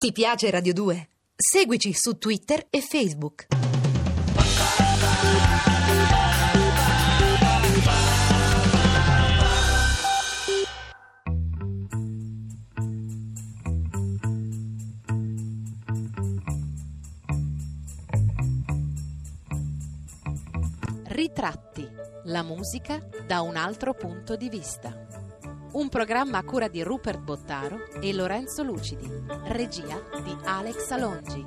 Ti piace Radio 2? Seguici su Twitter e Facebook. Ritratti, la musica da un altro punto di vista. Un programma a cura di Rupert Bottaro e Lorenzo Lucidi, regia di Alex Alongi.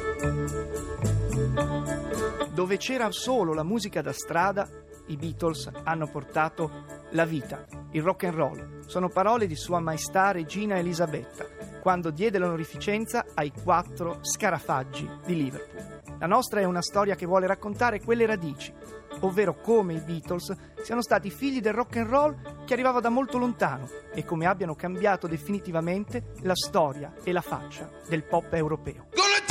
Dove c'era solo la musica da strada, i Beatles hanno portato la vita, il rock and roll. Sono parole di Sua Maestà Regina Elisabetta, quando diede l'onorificenza ai 4 scarafaggi di Liverpool. La nostra è una storia che vuole raccontare quelle radici, ovvero come i Beatles siano stati figli del rock and roll che arrivava da molto lontano e come abbiano cambiato definitivamente la storia e la faccia del pop europeo.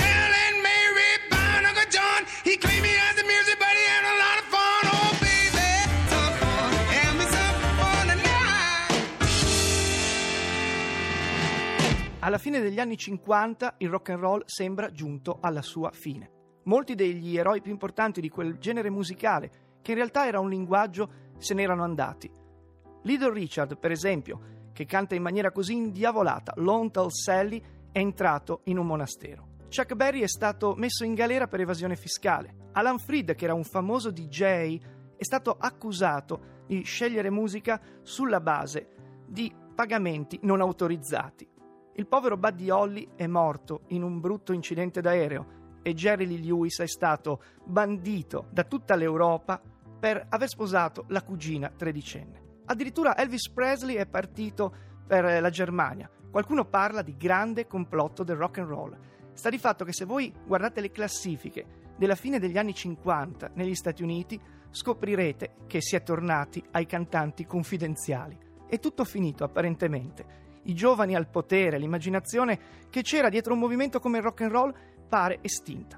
Alla fine degli anni 50 il rock and roll sembra giunto alla sua fine. Molti degli eroi più importanti di quel genere musicale, che in realtà era un linguaggio, se n'erano andati. Little Richard, per esempio, che canta in maniera così indiavolata Lone Tall Sally, è entrato in un monastero. Chuck Berry è stato messo in galera per evasione fiscale. Alan Freed, che era un famoso DJ, è stato accusato di scegliere musica sulla base di pagamenti non autorizzati. Il povero Buddy Holly è morto in un brutto incidente d'aereo e Jerry Lee Lewis è stato bandito da tutta l'Europa per aver sposato la cugina tredicenne. Addirittura Elvis Presley è partito per la Germania. Qualcuno parla di grande complotto del rock and roll. Sta di fatto che se voi guardate le classifiche della fine degli anni 50 negli Stati Uniti, scoprirete che si è tornati ai cantanti confidenziali. È tutto finito apparentemente. I giovani al potere, l'immaginazione che c'era dietro un movimento come il rock and roll pare estinta.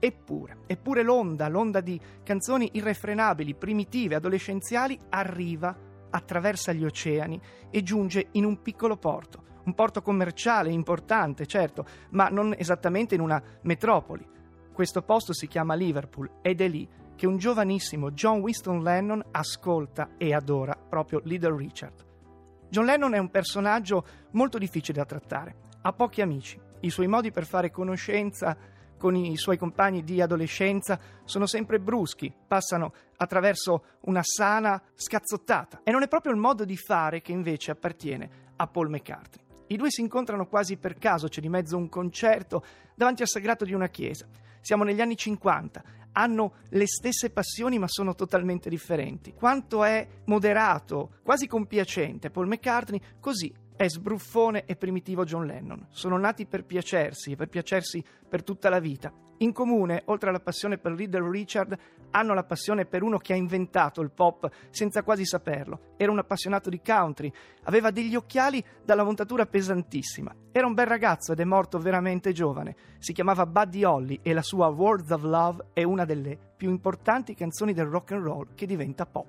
Eppure l'onda di canzoni irrefrenabili, primitive, adolescenziali arriva, attraversa gli oceani e giunge in un piccolo porto. Un porto commerciale importante, certo, ma non esattamente in una metropoli. Questo posto si chiama Liverpool ed è lì che un giovanissimo John Winston Lennon ascolta e adora proprio Little Richard. John Lennon è un personaggio molto difficile da trattare. Ha pochi amici. I suoi modi per fare conoscenza con i suoi compagni di adolescenza sono sempre bruschi, passano attraverso una sana scazzottata. E non è proprio il modo di fare che invece appartiene a Paul McCartney. I due si incontrano quasi per caso, c'è di mezzo un concerto davanti al sagrato di una chiesa. Siamo negli anni 50, hanno le stesse passioni ma sono totalmente differenti. Quanto è moderato, quasi compiacente Paul McCartney, così è sbruffone e primitivo John Lennon. Sono nati per piacersi per tutta la vita. In comune, oltre alla passione per Little Richard, hanno la passione per uno che ha inventato il pop senza quasi saperlo. Era un appassionato di country, aveva degli occhiali dalla montatura pesantissima. Era un bel ragazzo ed è morto veramente giovane. Si chiamava Buddy Holly e la sua Words of Love è una delle più importanti canzoni del rock and roll che diventa pop.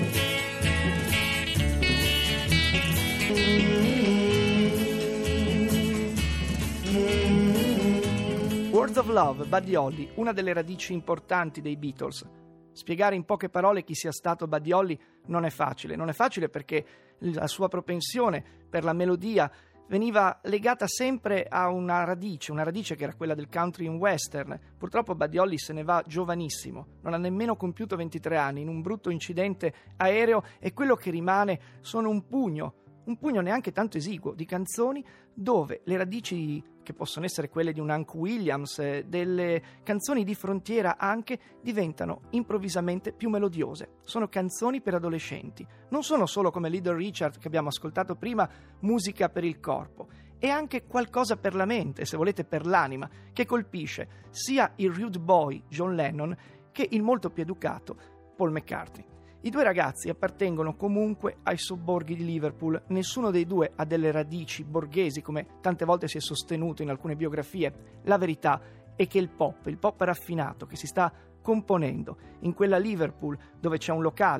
Words of Love, Buddy Holly, una delle radici importanti dei Beatles. Spiegare in poche parole chi sia stato Buddy Holly non è facile perché la sua propensione per la melodia veniva legata sempre a una radice che era quella del country and western. Purtroppo Buddy Holly se ne va giovanissimo, non ha nemmeno compiuto 23 anni, in un brutto incidente aereo, e quello che rimane sono un pugno neanche tanto esiguo di canzoni dove le radici, che possono essere quelle di un Hank Williams, delle canzoni di frontiera anche, diventano improvvisamente più melodiose. Sono canzoni per adolescenti, non sono solo come Little Richard che abbiamo ascoltato prima, musica per il corpo, è anche qualcosa per la mente, se volete per l'anima, che colpisce sia il rude boy John Lennon che il molto più educato Paul McCartney. I due ragazzi appartengono comunque ai sobborghi di Liverpool, nessuno dei due ha delle radici borghesi come tante volte si è sostenuto in alcune biografie. La verità è che il pop raffinato che si sta componendo in quella Liverpool dove c'è un locale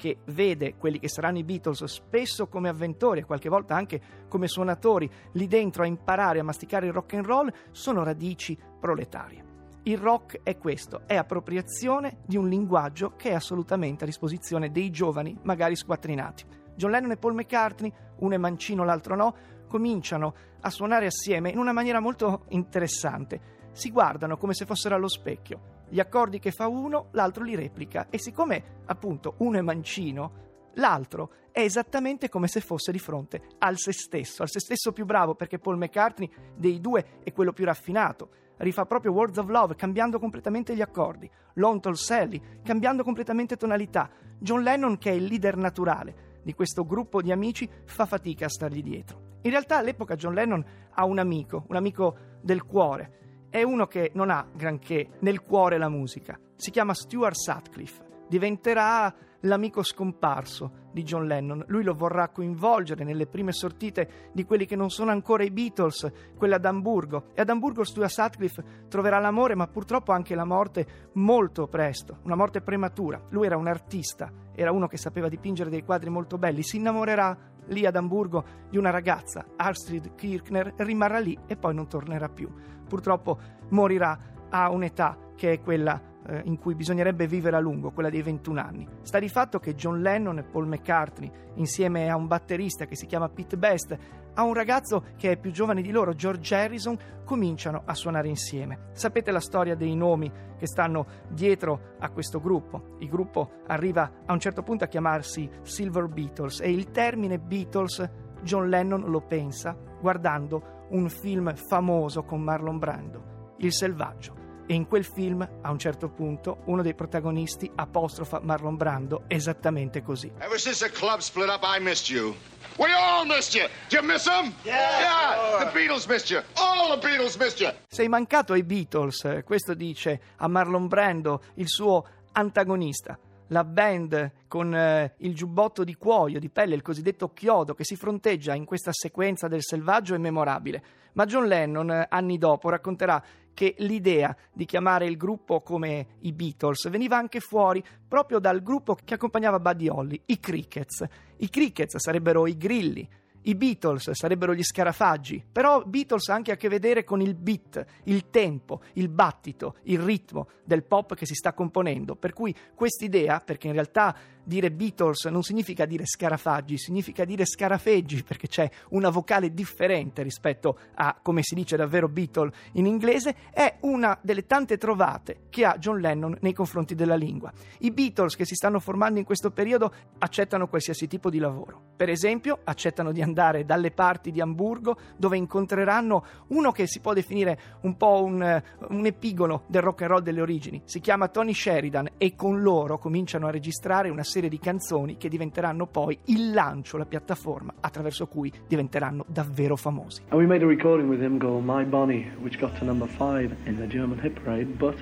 che vede quelli che saranno i Beatles spesso come avventori e qualche volta anche come suonatori lì dentro a imparare a masticare il rock and roll, sono radici proletarie. Il rock è questo, è appropriazione di un linguaggio che è assolutamente a disposizione dei giovani, magari squattrinati. John Lennon e Paul McCartney, uno è mancino, l'altro no, cominciano a suonare assieme in una maniera molto interessante. Si guardano come se fossero allo specchio. Gli accordi che fa uno, l'altro li replica e siccome appunto uno è mancino, l'altro è esattamente come se fosse di fronte al se stesso più bravo, perché Paul McCartney dei due è quello più raffinato. Rifà proprio Words of Love cambiando completamente gli accordi, Long Tall Sally cambiando completamente tonalità. John Lennon, che è il leader naturale di questo gruppo di amici, fa fatica a stargli dietro. In realtà all'epoca John Lennon ha un amico del cuore. È uno che non ha granché nel cuore la musica. Si chiama Stuart Sutcliffe. Diventerà l'amico scomparso di John Lennon. Lui lo vorrà coinvolgere nelle prime sortite di quelli che non sono ancora i Beatles, quella ad Amburgo. E ad Amburgo Stuart Sutcliffe troverà l'amore, ma purtroppo anche la morte molto presto, una morte prematura. Lui era un artista, era uno che sapeva dipingere dei quadri molto belli. Si innamorerà lì ad Amburgo di una ragazza, Astrid Kirchner, rimarrà lì e poi non tornerà più. Purtroppo morirà a un'età che è quella in cui bisognerebbe vivere a lungo, quella dei 21 anni. Sta di fatto che John Lennon e Paul McCartney, insieme a un batterista che si chiama Pete Best, a un ragazzo che è più giovane di loro, George Harrison, cominciano a suonare insieme. Sapete la storia dei nomi che stanno dietro a questo gruppo. Il gruppo arriva a un certo punto a chiamarsi Silver Beatles e il termine Beatles John Lennon lo pensa guardando un film famoso con Marlon Brando, Il Selvaggio. E in quel film, a un certo punto, uno dei protagonisti apostrofa Marlon Brando esattamente così. Ever since the club split up, I missed you. We all missed you. Did you miss them? Yeah. The Beatles missed you. All the Beatles missed you. Sei mancato ai Beatles, questo dice a Marlon Brando, il suo antagonista. La band con il giubbotto di cuoio, di pelle, il cosiddetto chiodo, che si fronteggia in questa sequenza del Selvaggio è memorabile. Ma John Lennon, anni dopo, racconterà che l'idea di chiamare il gruppo come i Beatles veniva anche fuori proprio dal gruppo che accompagnava Buddy Holly, i Crickets. I Crickets sarebbero i grilli, i Beatles sarebbero gli scarafaggi, però Beatles ha anche a che vedere con il beat, il tempo, il battito, il ritmo del pop che si sta componendo, per cui quest'idea, perché in realtà dire Beatles non significa dire scarafaggi, significa dire scarafeggi, perché c'è una vocale differente rispetto a come si dice davvero Beatle in inglese, è una delle tante trovate che ha John Lennon nei confronti della lingua. I Beatles che si stanno formando in questo periodo accettano qualsiasi tipo di lavoro. Per esempio, accettano di andare dalle parti di Amburgo, dove incontreranno uno che si può definire un po' un epigono del rock and roll delle origini. Si chiama Tony Sheridan e con loro cominciano a registrare una serie di canzoni che diventeranno poi il lancio, la piattaforma attraverso cui diventeranno davvero famosi. And we made a recording with him called My Bonnie, which got to number 5 in the German hit parade, but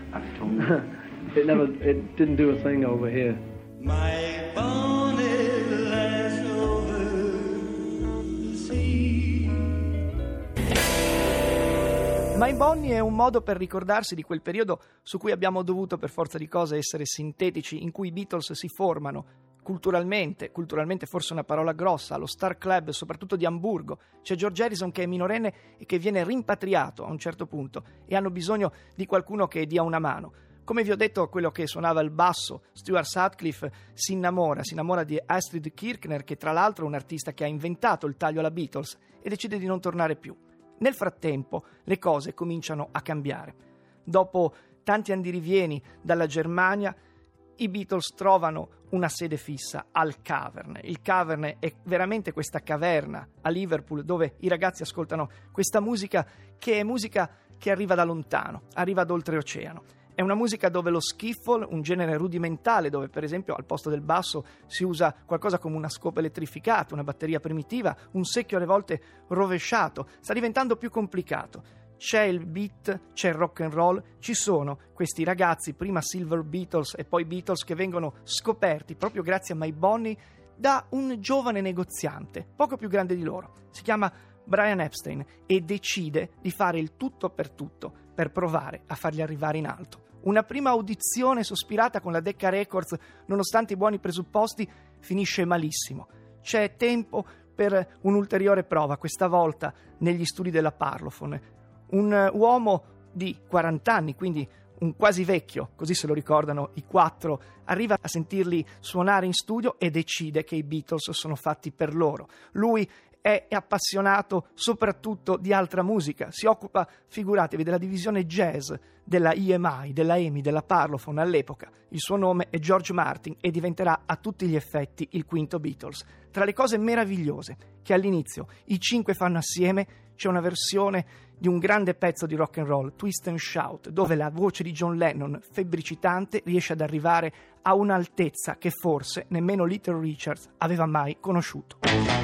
it didn't do a thing over here. My Bonnie lies over the sea. My Bonnie è un modo per ricordarsi di quel periodo su cui abbiamo dovuto per forza di cose essere sintetici, in cui i Beatles si formano culturalmente forse una parola grossa, allo Star Club soprattutto di Amburgo. C'è George Harrison che è minorenne e che viene rimpatriato a un certo punto e hanno bisogno di qualcuno che dia una mano. Come vi ho detto, quello che suonava il basso, Stuart Sutcliffe, si innamora di Astrid Kirchner, che tra l'altro è un artista che ha inventato il taglio alla Beatles, e decide di non tornare più. Nel frattempo le cose cominciano a cambiare. Dopo tanti andirivieni dalla Germania, i Beatles trovano una sede fissa al Cavern. Il Cavern è veramente questa caverna a Liverpool dove i ragazzi ascoltano questa musica che è musica che arriva da lontano, arriva da oltreoceano. È una musica dove lo skiffle, un genere rudimentale dove per esempio al posto del basso si usa qualcosa come una scopa elettrificata, una batteria primitiva, un secchio alle volte rovesciato, sta diventando più complicato. C'è il beat, c'è il rock and roll, ci sono questi ragazzi, prima Silver Beatles e poi Beatles, che vengono scoperti proprio grazie a My Bonnie da un giovane negoziante, poco più grande di loro. Si chiama Brian Epstein e decide di fare il tutto per provare a farli arrivare in alto. Una prima audizione sospirata con la Decca Records, nonostante i buoni presupposti, finisce malissimo. C'è tempo per un'ulteriore prova, questa volta negli studi della Parlophone. Un uomo di 40 anni, quindi un quasi vecchio, così se lo ricordano i 4, arriva a sentirli suonare in studio e decide che i Beatles sono fatti per loro. Lui è appassionato soprattutto di altra musica, si occupa, figuratevi, della divisione jazz della EMI, della EMI, della Parlophone all'epoca. Il suo nome è George Martin e diventerà a tutti gli effetti il quinto Beatles. Tra le cose meravigliose che all'inizio i 5 fanno assieme c'è una versione di un grande pezzo di rock and roll, Twist and Shout, dove la voce di John Lennon, febbricitante, riesce ad arrivare a un'altezza che forse nemmeno Little Richard aveva mai conosciuto.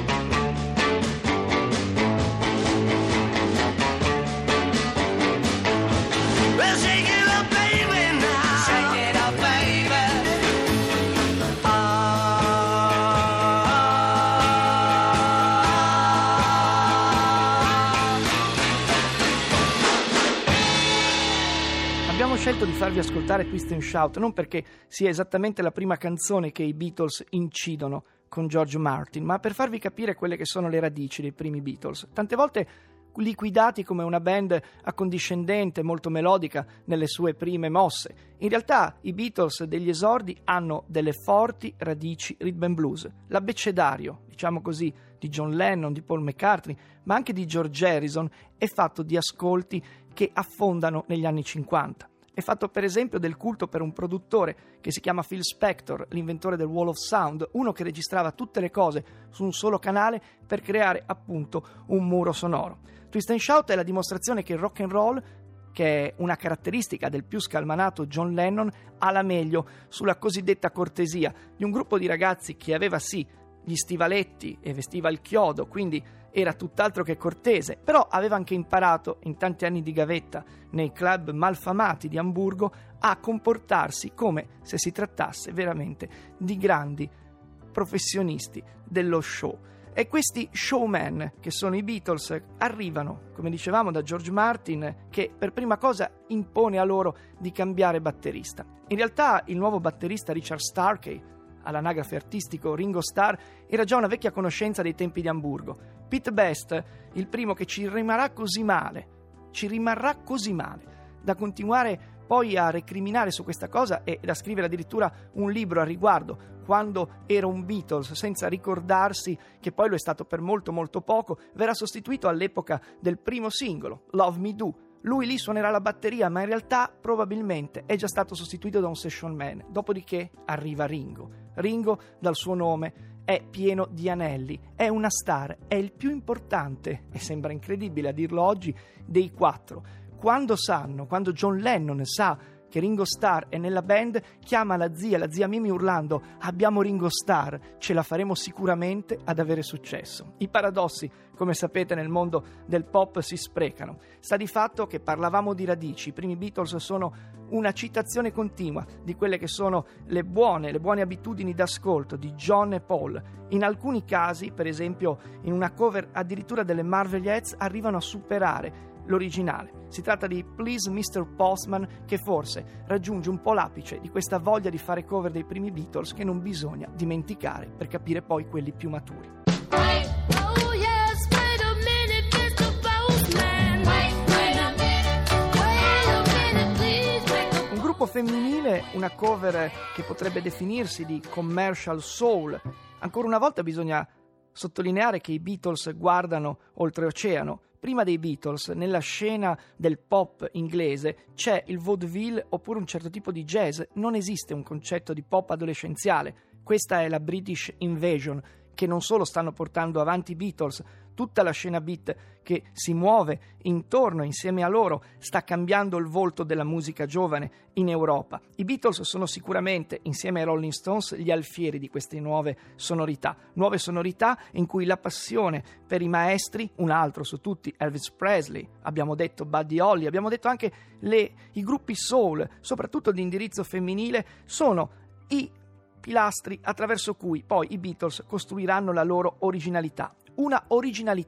Abbiamo scelto di farvi ascoltare Twist and Shout non perché sia esattamente la prima canzone che i Beatles incidono con George Martin, ma per farvi capire quelle che sono le radici dei primi Beatles. Tante volte liquidati come una band accondiscendente, molto melodica nelle sue prime mosse. In realtà i Beatles degli esordi hanno delle forti radici rhythm and blues. L'abbecedario, diciamo così, di John Lennon, di Paul McCartney, ma anche di George Harrison è fatto di ascolti che affondano negli anni 50. È fatto per esempio del culto per un produttore che si chiama Phil Spector, l'inventore del Wall of Sound, uno che registrava tutte le cose su un solo canale per creare appunto un muro sonoro. Twist and Shout è la dimostrazione che il rock and roll, che è una caratteristica del più scalmanato John Lennon, ha la meglio sulla cosiddetta cortesia di un gruppo di ragazzi che aveva sì gli stivaletti e vestiva il chiodo, quindi era tutt'altro che cortese, però aveva anche imparato in tanti anni di gavetta nei club malfamati di Amburgo a comportarsi come se si trattasse veramente di grandi professionisti dello show. E questi showman, che sono i Beatles, arrivano, come dicevamo, da George Martin, che per prima cosa impone a loro di cambiare batterista. In realtà il nuovo batterista Richard Starkey, all'anagrafe artistico Ringo Starr, era già una vecchia conoscenza dei tempi di Amburgo. Pete Best, il primo che ci rimarrà così male, da continuare poi a recriminare su questa cosa e da scrivere addirittura un libro a riguardo, quando era un Beatles, senza ricordarsi che poi lo è stato per molto molto poco, verrà sostituito all'epoca del primo singolo, Love Me Do. Lui lì suonerà la batteria, ma in realtà probabilmente è già stato sostituito da un session man. Dopodiché arriva Ringo. Ringo, dal suo nome, è pieno di anelli, è una star, è il più importante, e sembra incredibile a dirlo oggi, dei 4. Quando John Lennon sa che Ringo Starr è nella band, chiama la zia Mimi urlando: abbiamo Ringo Starr, ce la faremo sicuramente ad avere successo. I paradossi, come sapete, nel mondo del pop si sprecano. Sta di fatto che parlavamo di radici, i primi Beatles sono una citazione continua di quelle che sono le buone abitudini d'ascolto di John e Paul. In alcuni casi, per esempio in una cover addirittura delle Marvelettes, arrivano a superare l'originale. Si tratta di Please Mr. Postman, che forse raggiunge un po' l'apice di questa voglia di fare cover dei primi Beatles che non bisogna dimenticare per capire poi quelli più maturi. Un gruppo femminile, una cover che potrebbe definirsi di commercial soul. Ancora una volta bisogna sottolineare che i Beatles guardano oltreoceano. Prima dei Beatles, nella scena del pop inglese, c'è il vaudeville oppure un certo tipo di jazz. Non esiste un concetto di pop adolescenziale. Questa è la British Invasion, che non solo stanno portando avanti i Beatles, tutta la scena beat che si muove intorno, insieme a loro, sta cambiando il volto della musica giovane in Europa. I Beatles sono sicuramente, insieme ai Rolling Stones, gli alfieri di queste nuove sonorità in cui la passione per i maestri, un altro su tutti, Elvis Presley, abbiamo detto Buddy Holly, abbiamo detto anche i gruppi soul, soprattutto di indirizzo femminile, sono i pilastri attraverso cui poi i Beatles costruiranno la loro originalità. Una originalità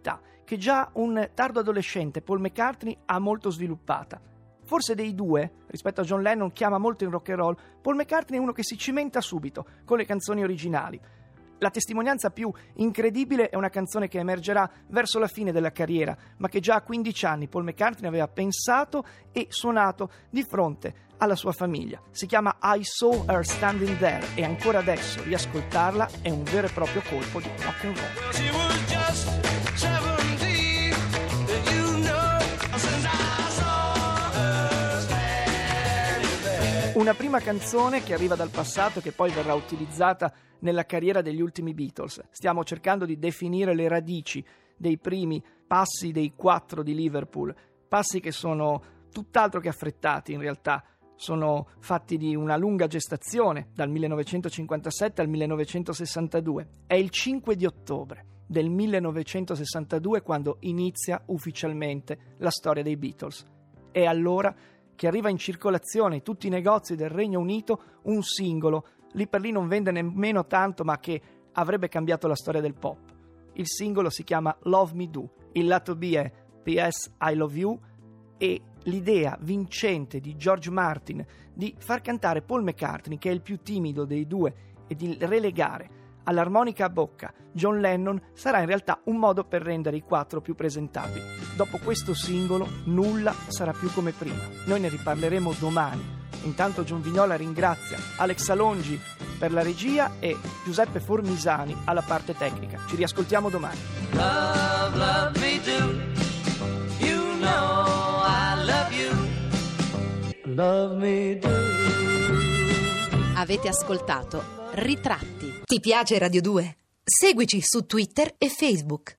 che già un tardo adolescente Paul McCartney ha molto sviluppata. Forse dei due, rispetto a John Lennon, che ama molto il rock and roll, Paul McCartney è uno che si cimenta subito con le canzoni originali. La testimonianza più incredibile è una canzone che emergerà verso la fine della carriera, ma che già a 15 anni Paul McCartney aveva pensato e suonato di fronte alla sua famiglia. Si chiama I Saw Her Standing There e ancora adesso riascoltarla è un vero e proprio colpo di rock and roll. She was just 17, you know, since I saw her standing there. Una prima canzone che arriva dal passato e che poi verrà utilizzata nella carriera degli ultimi Beatles. Stiamo cercando di definire le radici dei primi passi dei 4 di Liverpool, passi che sono tutt'altro che affrettati in realtà. Sono fatti di una lunga gestazione, dal 1957 al 1962. È il 5 di ottobre del 1962 quando inizia ufficialmente la storia dei Beatles. È allora che arriva in circolazione in tutti i negozi del Regno Unito un singolo, lì per lì non vende nemmeno tanto, ma che avrebbe cambiato la storia del pop. Il singolo si chiama Love Me Do, il lato B è PS I Love You, e l'idea vincente di George Martin di far cantare Paul McCartney, che è il più timido dei due, e di relegare all'armonica a bocca John Lennon sarà in realtà un modo per rendere i 4 più presentabili. Dopo questo singolo nulla sarà più come prima. Noi ne riparleremo domani. Intanto John Vignola ringrazia Alex Alongi per la regia e Giuseppe Formisani alla parte tecnica. Ci riascoltiamo domani. Love, love me do. You know I love you. Love me do. Avete ascoltato Ritratti. Ti piace Radio 2? Seguici su Twitter e Facebook.